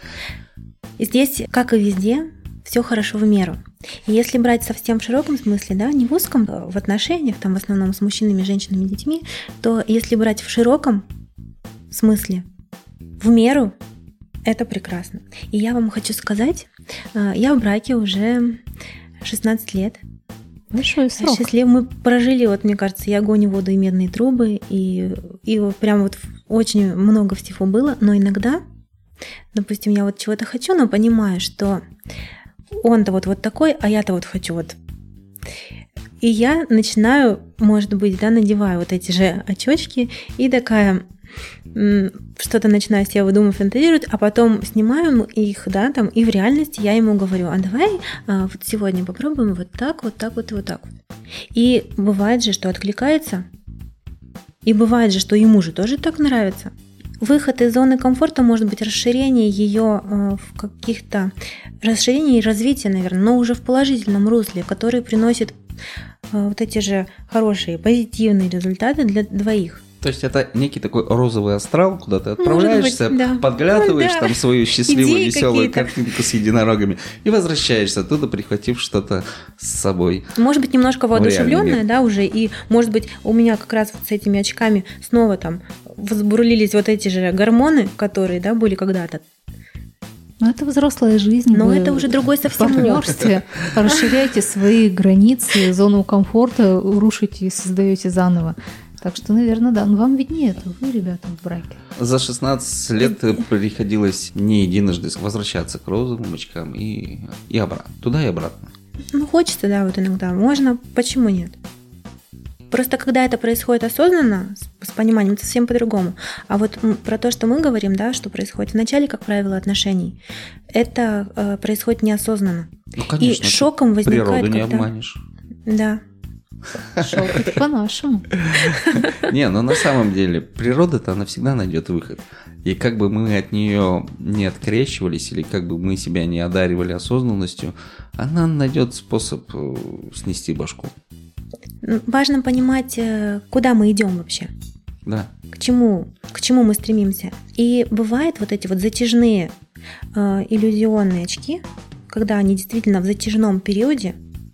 И здесь, как и везде, все хорошо в меру. И если брать совсем в широком смысле, да, не в узком, в отношениях, там в основном с мужчинами, женщинами, детьми, то если брать в широком смысле, в меру, это прекрасно. И я вам хочу сказать, я в браке уже 16 лет. Большой срок. Мы прожили, вот мне кажется, и огонь, и воду, и медные трубы, и прям вот очень много всего было, но иногда, допустим, я вот чего-то хочу, но понимаю, что он-то вот такой, а я-то вот хочу вот. И я начинаю, может быть, да, надеваю вот эти же очечки и такая что-то начинаю себе выдумывать, фантазировать, а потом снимаю их, да, там, и в реальности я ему говорю, а давай вот сегодня попробуем вот так и вот так вот. И бывает же, что откликается, и бывает же, что ему же тоже так нравится. Выход из зоны комфорта может быть расширение ее в каких-то расширение и развитие, наверное, но уже в положительном русле, который приносит вот эти же хорошие, позитивные результаты для двоих. То есть это некий такой розовый астрал, куда ты отправляешься, подглядываешь там свою счастливую, идеи веселую картинку с единорогами и возвращаешься оттуда, прихватив что-то с собой. Может быть, немножко воодушевленное, да, уже, и может быть, у меня как раз вот с этими очками снова там возбурлились вот эти же гормоны, которые, да, были когда-то. Но это взрослая жизнь. Но это уже другой совсем в партнерстве. Расширяйте свои границы, зону комфорта, рушите и создаете заново. Так что, наверное, да, вам виднее, это вы, ребята, в браке. За 16 лет приходилось не единожды возвращаться к розовым очкам и обратно, туда и обратно. Хочется, да, вот иногда. Можно, почему нет? Просто когда это происходит осознанно, с с пониманием, это совсем по-другому. А вот про то, что мы говорим, да, что происходит в начале, как правило, отношений, это происходит неосознанно. Ну, конечно, и шоком возникает, природу не когда... обманешь. Да. Шок, это по-нашему. Не, но на самом деле природа-то, она всегда найдет выход. И как бы мы от нее не открещивались, или как бы мы себя не одаривали осознанностью, она найдет способ снести башку. Важно понимать, куда мы идем вообще. Да. К чему мы стремимся. И бывают вот эти вот затяжные иллюзионные очки, когда они действительно в затяжном периоде.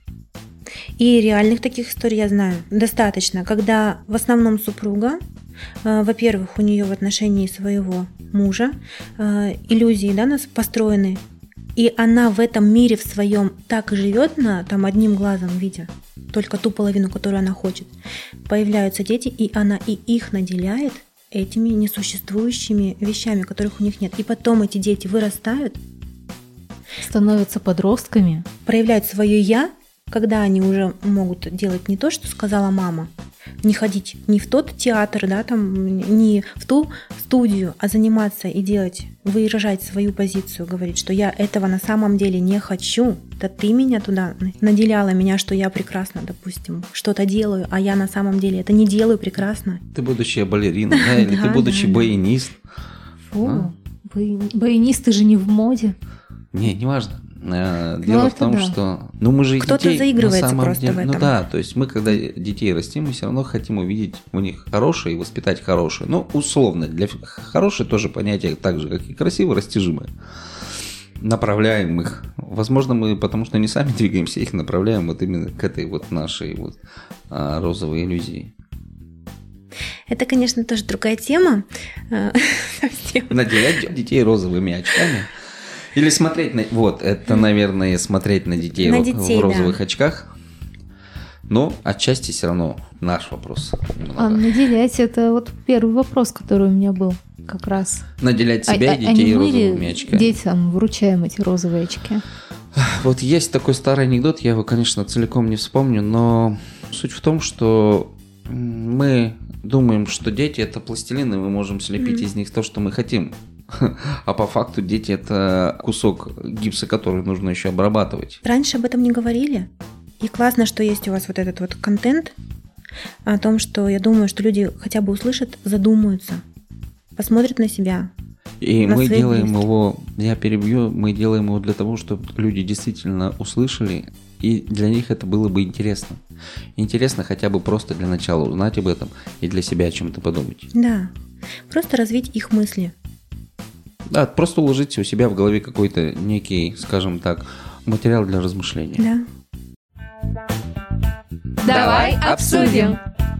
И реальных таких историй я знаю достаточно, когда в основном супруга, во-первых, у нее в отношении своего мужа иллюзии, да, нас построены, и она в этом мире в своем так и живет, там одним глазом видя только ту половину, которую она хочет. Появляются дети, и она и их наделяет этими несуществующими вещами, которых у них нет. И потом эти дети вырастают, становятся подростками, проявляют свое «я», когда они уже могут делать не то, что сказала мама, не ходить ни в тот театр, да, там, не в ту студию, а заниматься и делать, выражать свою позицию, говорить, что я этого на самом деле не хочу, да ты меня туда наделяла меня, что я прекрасно, допустим, что-то делаю, а я на самом деле это не делаю прекрасно. Ты будущая балерина, да, или ты будущий баянист. Фу, баянисты же не в моде. Не важно. Дело в том, что... Ну, мы же кто-то детей заигрывается на самом просто деле... в этом. Ну да, то есть мы, когда детей растим, мы все равно хотим увидеть у них хорошее и воспитать хорошее. Ну, условно, для хорошее тоже понятие так же, как и красиво, растяжимое. Направляем их. Возможно, мы, потому что не сами двигаемся, их направляем вот именно к этой вот нашей вот розовой иллюзии. Это, конечно, тоже другая тема. Наделять детей розовыми очками. Или смотреть на... Вот, это, наверное, смотреть на детей, в розовых очках. Но отчасти все равно наш вопрос. А наделять — это вот первый вопрос, который у меня был как раз. Наделять себя и детей розовыми очками. Детям вручаем эти розовые очки. Вот есть такой старый анекдот, я его, конечно, целиком не вспомню, но суть в том, что мы думаем, что дети — это пластилин, и мы можем слепить из них то, что мы хотим. А по факту дети – это кусок гипса, который нужно еще обрабатывать. Раньше об этом не говорили. И классно, что есть у вас вот этот вот контент о том, что я думаю, что люди хотя бы услышат, задумаются, посмотрят на себя. И мы делаем его, я перебью, мы делаем его для того, чтобы люди действительно услышали, и для них это было бы интересно. Интересно хотя бы просто для начала узнать об этом и для себя о чем-то подумать. Да, просто развить их мысли. Да, просто уложите у себя в голове какой-то некий, скажем так, материал для размышления. Да. Давай обсудим.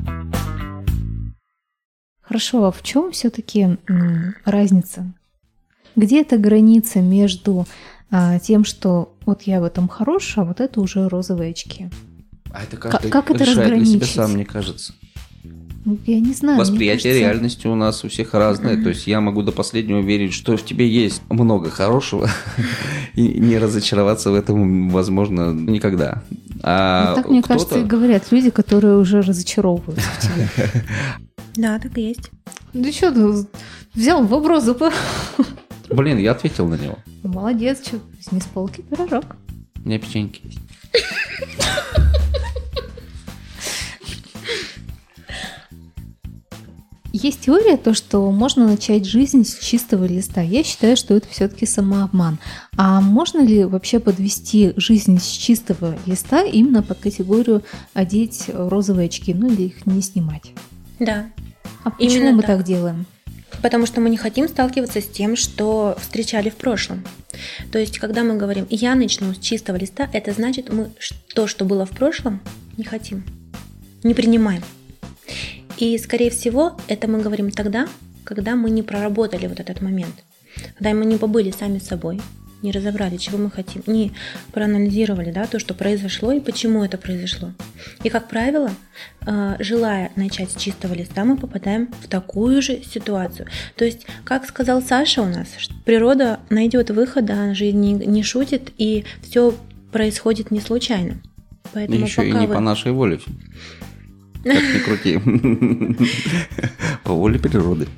Хорошо, а в чем все-таки разница? Где эта граница между тем, что вот я в этом хорош, а вот это уже розовые очки? А это каждый как это решает для себя разграничить? сам, мне кажется. Я не знаю. Восприятие реальности у нас у всех разное. То есть я могу до последнего верить, что в тебе есть много хорошего, и не разочароваться в этом, возможно, никогда. А так, мне кажется, и говорят люди, которые уже разочаровываются в тебе. Да, так и есть. Да что ты взял вопрос? Блин, я ответил на него. Молодец, что, возьми с полки пирожок. У меня печеньки есть. Есть теория, то, что можно начать жизнь с чистого листа. Я считаю, что это все-таки самообман. А можно ли вообще подвести жизнь с чистого листа именно под категорию одеть розовые очки, ну или их не снимать? Да. А почему Именно мы так. так делаем? Потому что мы не хотим сталкиваться с тем, что встречали в прошлом. То есть, когда мы говорим «я начну с чистого листа», это значит, мы то, что было в прошлом, не хотим, не принимаем. И, скорее всего, это мы говорим тогда, когда мы не проработали вот этот момент. Когда мы не побыли сами собой, не разобрали, чего мы хотим, не проанализировали, да, то, что произошло и почему это произошло. И, как правило, желая начать с чистого листа, мы попадаем в такую же ситуацию. То есть, как сказал Саша у нас, природа найдет выход, она же не шутит, и все происходит не случайно. Поэтому еще и не по нашей воле. как ни крути. По воле природы.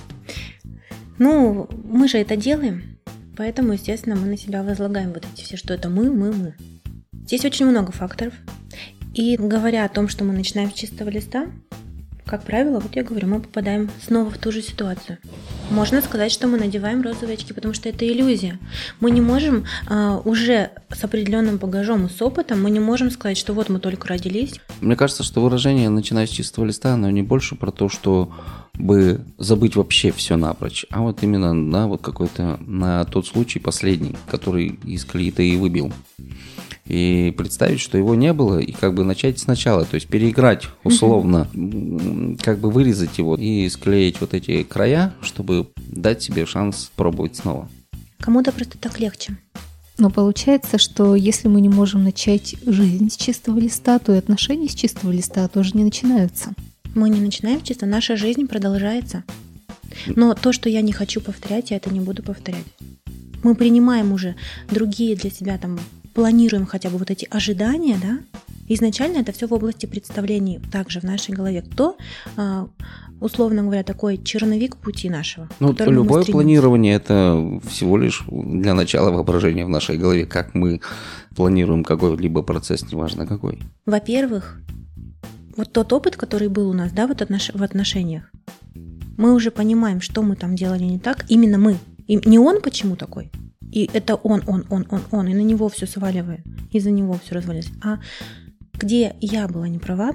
Ну, мы же это делаем, поэтому, естественно, мы на себя возлагаем вот эти все, что это мы. Здесь очень много факторов. И говоря о том, что мы начинаем с чистого листа, как правило, вот я говорю, мы попадаем снова в ту же ситуацию. Можно сказать, что мы надеваем розовые очки, потому что это иллюзия. Мы не можем уже с определенным багажом и с опытом, мы не можем сказать, что вот мы только родились. Мне кажется, что выражение «начиная с чистого листа», оно не больше про то, чтобы забыть вообще все напрочь, а вот именно на вот какой-то, на тот случай последний, который из колеи-то и выбил. И представить, что его не было, и как бы начать сначала, то есть переиграть условно, как бы вырезать его и склеить вот эти края, чтобы дать себе шанс пробовать снова. Кому-то просто так легче. Но получается, что если мы не можем начать жизнь с чистого листа, то и отношения с чистого листа тоже не начинаются. Мы не начинаем чисто, наша жизнь продолжается. Но то, что я не хочу повторять, я это не буду повторять. Мы принимаем уже другие для себя там, планируем хотя бы вот эти ожидания, да? Изначально это все в области представлений, также в нашей голове. Кто, условно говоря, такой черновик пути нашего? Ну, любое планирование – это всего лишь для начала воображения в нашей голове, как мы планируем какой-либо процесс, неважно какой. Во-первых, вот тот опыт, который был у нас, да, вот в отношениях, мы уже понимаем, что мы там делали не так, именно мы. И не он почему такой, и это он, и на него все сваливает, из-за него все развалилось. А где я была не права,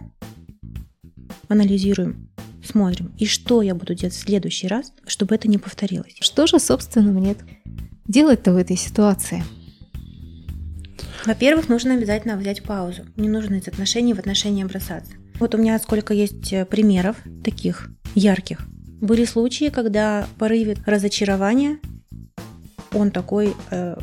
анализируем, смотрим, и что я буду делать в следующий раз, чтобы это не повторилось. Что же, собственно, мне делать-то в этой ситуации? Во-первых, нужно обязательно взять паузу. Не нужно из отношений в отношения бросаться. Вот у меня сколько есть примеров таких ярких. Были случаи, когда в порыве разочарования он такой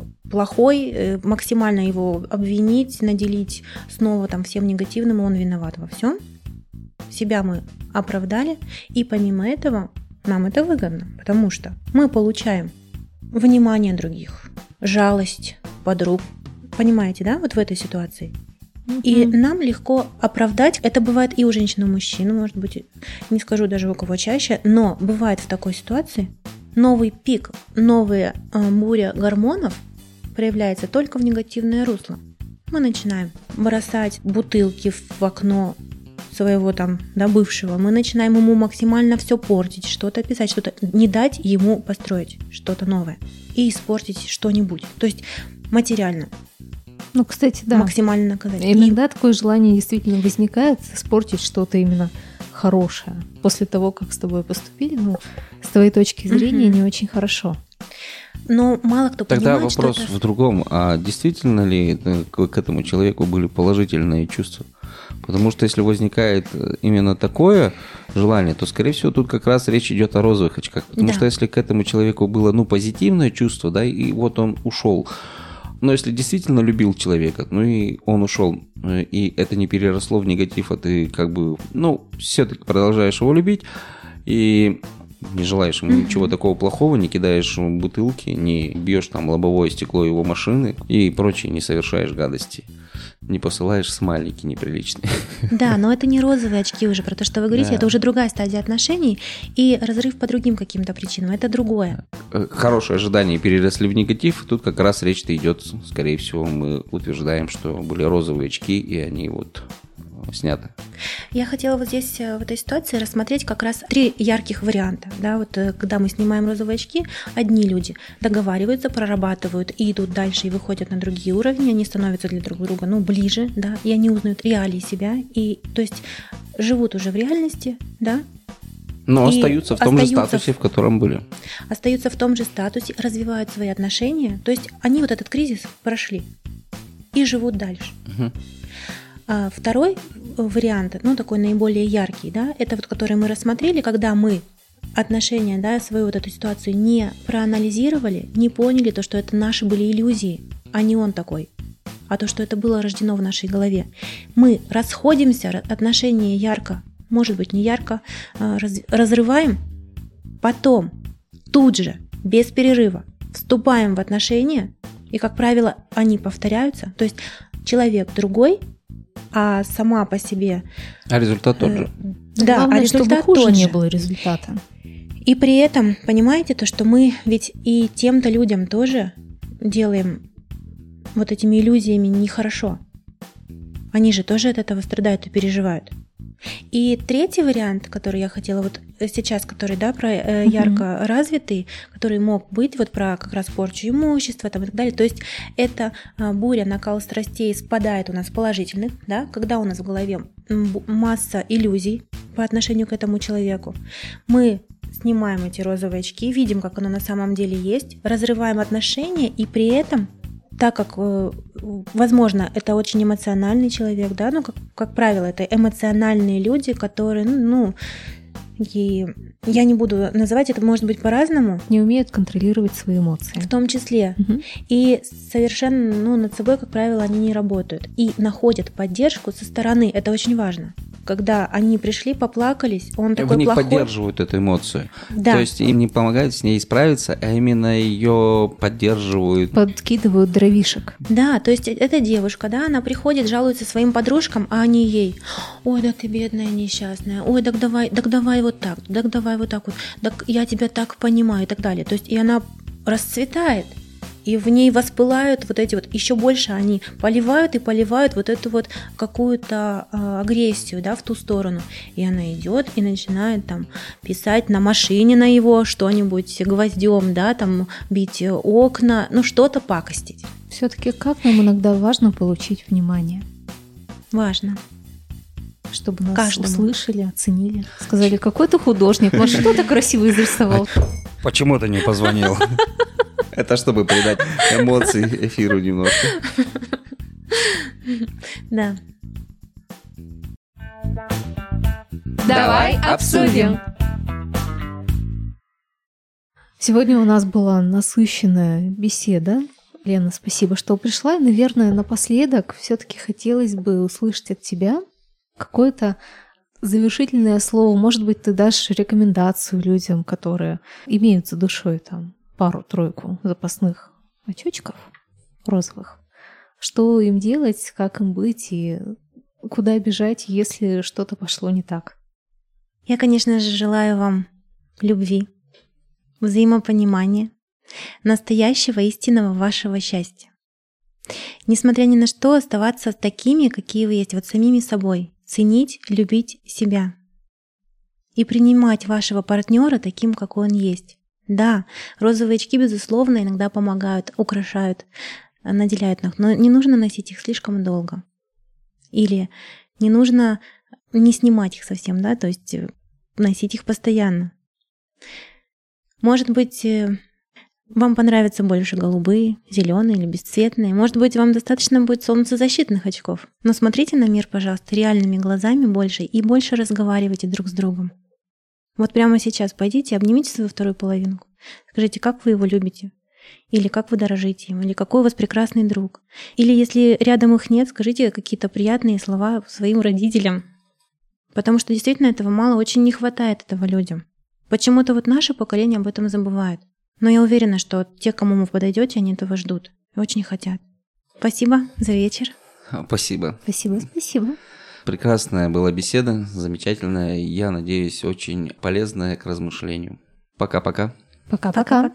плохой, максимально его обвинить, наделить снова там всем негативным, он виноват во всем. Себя мы оправдали, и помимо этого нам это выгодно, потому что мы получаем внимание других, жалость подруг. Понимаете, да, вот в этой ситуации? И нам легко оправдать. Это бывает и у женщин, и у мужчин, может быть, не скажу даже у кого чаще, но бывает в такой ситуации новый пик, новая буря гормонов проявляется только в негативное русло. Мы начинаем бросать бутылки в окно своего там, да, бывшего. Мы начинаем ему максимально все портить, что-то писать, что-то не дать ему построить что-то новое и испортить что-нибудь. То есть материально. Ну, кстати, да. Максимально наказать. Иногда такое желание действительно возникает испортить что-то именно хорошее после того, как с тобой поступили. Ну, с твоей точки зрения, не очень хорошо. Но мало кто Тогда понимает, вопрос что это... в другом. А действительно ли к этому человеку были положительные чувства? Потому что если возникает именно такое желание, то, скорее всего, тут как раз речь идет о розовых очках. Потому что если к этому человеку было, позитивное чувство, да, и вот он ушел. Но если действительно любил человека, и он ушел, и это не переросло в негатив, а ты как бы, все-таки продолжаешь его любить, и не желаешь ему ничего такого плохого, не кидаешь ему бутылки, не бьешь там лобовое стекло его машины и прочее, не совершаешь гадости, не посылаешь смайлики неприличные. Да, но это не розовые очки уже, про то, что вы говорите, это уже другая стадия отношений, и разрыв по другим каким-то причинам, это другое. Хорошие ожидания переросли в негатив, тут как раз речь-то идет, скорее всего, мы утверждаем, что были розовые очки, и они вот сняты. Я хотела вот здесь, в этой ситуации, рассмотреть как раз 3 ярких варианта. Да, вот когда мы снимаем розовые очки, одни люди договариваются, прорабатывают и идут дальше, и выходят на другие уровни, они становятся для друг друга ближе, да, и они узнают реалии себя, и то есть живут уже в реальности, да. Но остаются в том же статусе, в котором были. Остаются в том же статусе, развивают свои отношения, то есть они вот этот кризис прошли и живут дальше. Второй вариант, такой наиболее яркий, да, это вот, который мы рассмотрели, когда мы отношения, да, свою вот эту ситуацию не проанализировали, не поняли то, что это наши были иллюзии, а не он такой, а то, что это было рождено в нашей голове. Мы расходимся, отношения ярко, может быть, не ярко, разрываем, потом тут же, без перерыва, вступаем в отношения, и, как правило, они повторяются, то есть человек другой а сама по себе... А результат тот же. Да, главное, а результат чтобы хуже тот не же. было результата. И при этом, понимаете, то, что мы ведь и тем-то людям тоже делаем вот этими иллюзиями нехорошо. Они же тоже от этого страдают и переживают. И третий вариант, который я хотела вот сейчас, который, да, про ярко развитый, который мог быть вот про как раз порчу имущества там, и так далее. То есть это буря, накал страстей спадает у нас положительных, да, когда у нас в голове масса иллюзий по отношению к этому человеку. Мы снимаем эти розовые очки, видим, как оно на самом деле есть, разрываем отношения, и при этом, так как, возможно, это очень эмоциональный человек, да, ну, как правило, это эмоциональные люди, которые, и я не буду называть, это может быть по-разному. Не умеют контролировать свои эмоции. В том числе. И совершенно, над собой, как правило, они не работают. И находят поддержку со стороны, это очень важно. Когда они пришли, поплакались, он такой в них плохой. поддерживают эту эмоцию. Да. То есть им не помогают с ней справиться, а именно ее поддерживают. Подкидывают дровишек. Да, то есть эта девушка, да, она приходит, жалуется своим подружкам, а они ей: ой, да ты бедная, несчастная, ой, так давай вот так, так давай вот так вот, так я тебя так понимаю и так далее. То есть и она расцветает. И в ней воспылают вот эти вот, еще больше они поливают вот эту вот какую-то агрессию, да, в ту сторону. И она идет и начинает там писать на машине на его что-нибудь гвоздем, да, там бить окна, что-то пакостить. Все-таки как нам иногда важно получить внимание? Важно. Чтобы нас Каждому. услышали, оценили. Сказали, какой ты художник, вот что ты красиво изрисовал. Почему ты не позвонил? Это чтобы придать эмоций эфиру немножко. Да. Давай обсудим. Сегодня у нас была насыщенная беседа. Лена, спасибо, что пришла. И, наверное, напоследок все-таки хотелось бы услышать от тебя какое-то завершительное слово. Может быть, ты дашь рекомендацию людям, которые имеют за душой там пару-тройку запасных очочков розовых. Что им делать, как им быть и куда бежать, если что-то пошло не так? Я, конечно же, желаю вам любви, взаимопонимания, настоящего истинного вашего счастья. Несмотря ни на что, оставаться такими, какие вы есть, вот самими собой. Ценить, любить себя. И принимать вашего партнера таким, какой он есть. Да, розовые очки, безусловно, иногда помогают, украшают, наделяют нас, но не нужно носить их слишком долго. Или не нужно не снимать их совсем, да, то есть носить их постоянно. Может быть, вам понравятся больше голубые, зеленые или бесцветные. Может быть, вам достаточно будет солнцезащитных очков. Но смотрите на мир, пожалуйста, реальными глазами больше и больше разговаривайте друг с другом. Вот прямо сейчас пойдите, обнимите свою вторую половинку. Скажите, как вы его любите. Или как вы дорожите им. Или какой у вас прекрасный друг. Или если рядом их нет, скажите какие-то приятные слова своим родителям. Потому что действительно этого мало, очень не хватает этого людям. Почему-то вот наше поколение об этом забывает. Но я уверена, что те, кому вы подойдете, они этого ждут. И очень хотят. Спасибо за вечер. Спасибо. Спасибо. Прекрасная была беседа, замечательная. Я надеюсь, очень полезная к размышлению. Пока-пока. Пока-пока.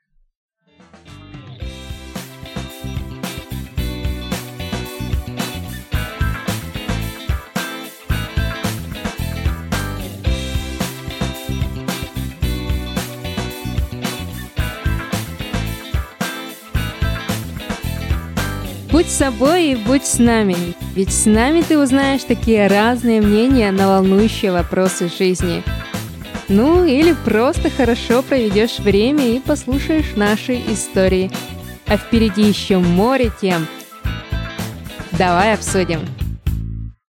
Будь собой и будь с нами, ведь с нами ты узнаешь такие разные мнения на волнующие вопросы жизни. Ну или просто хорошо проведешь время и послушаешь наши истории. А впереди еще море тем. Давай обсудим.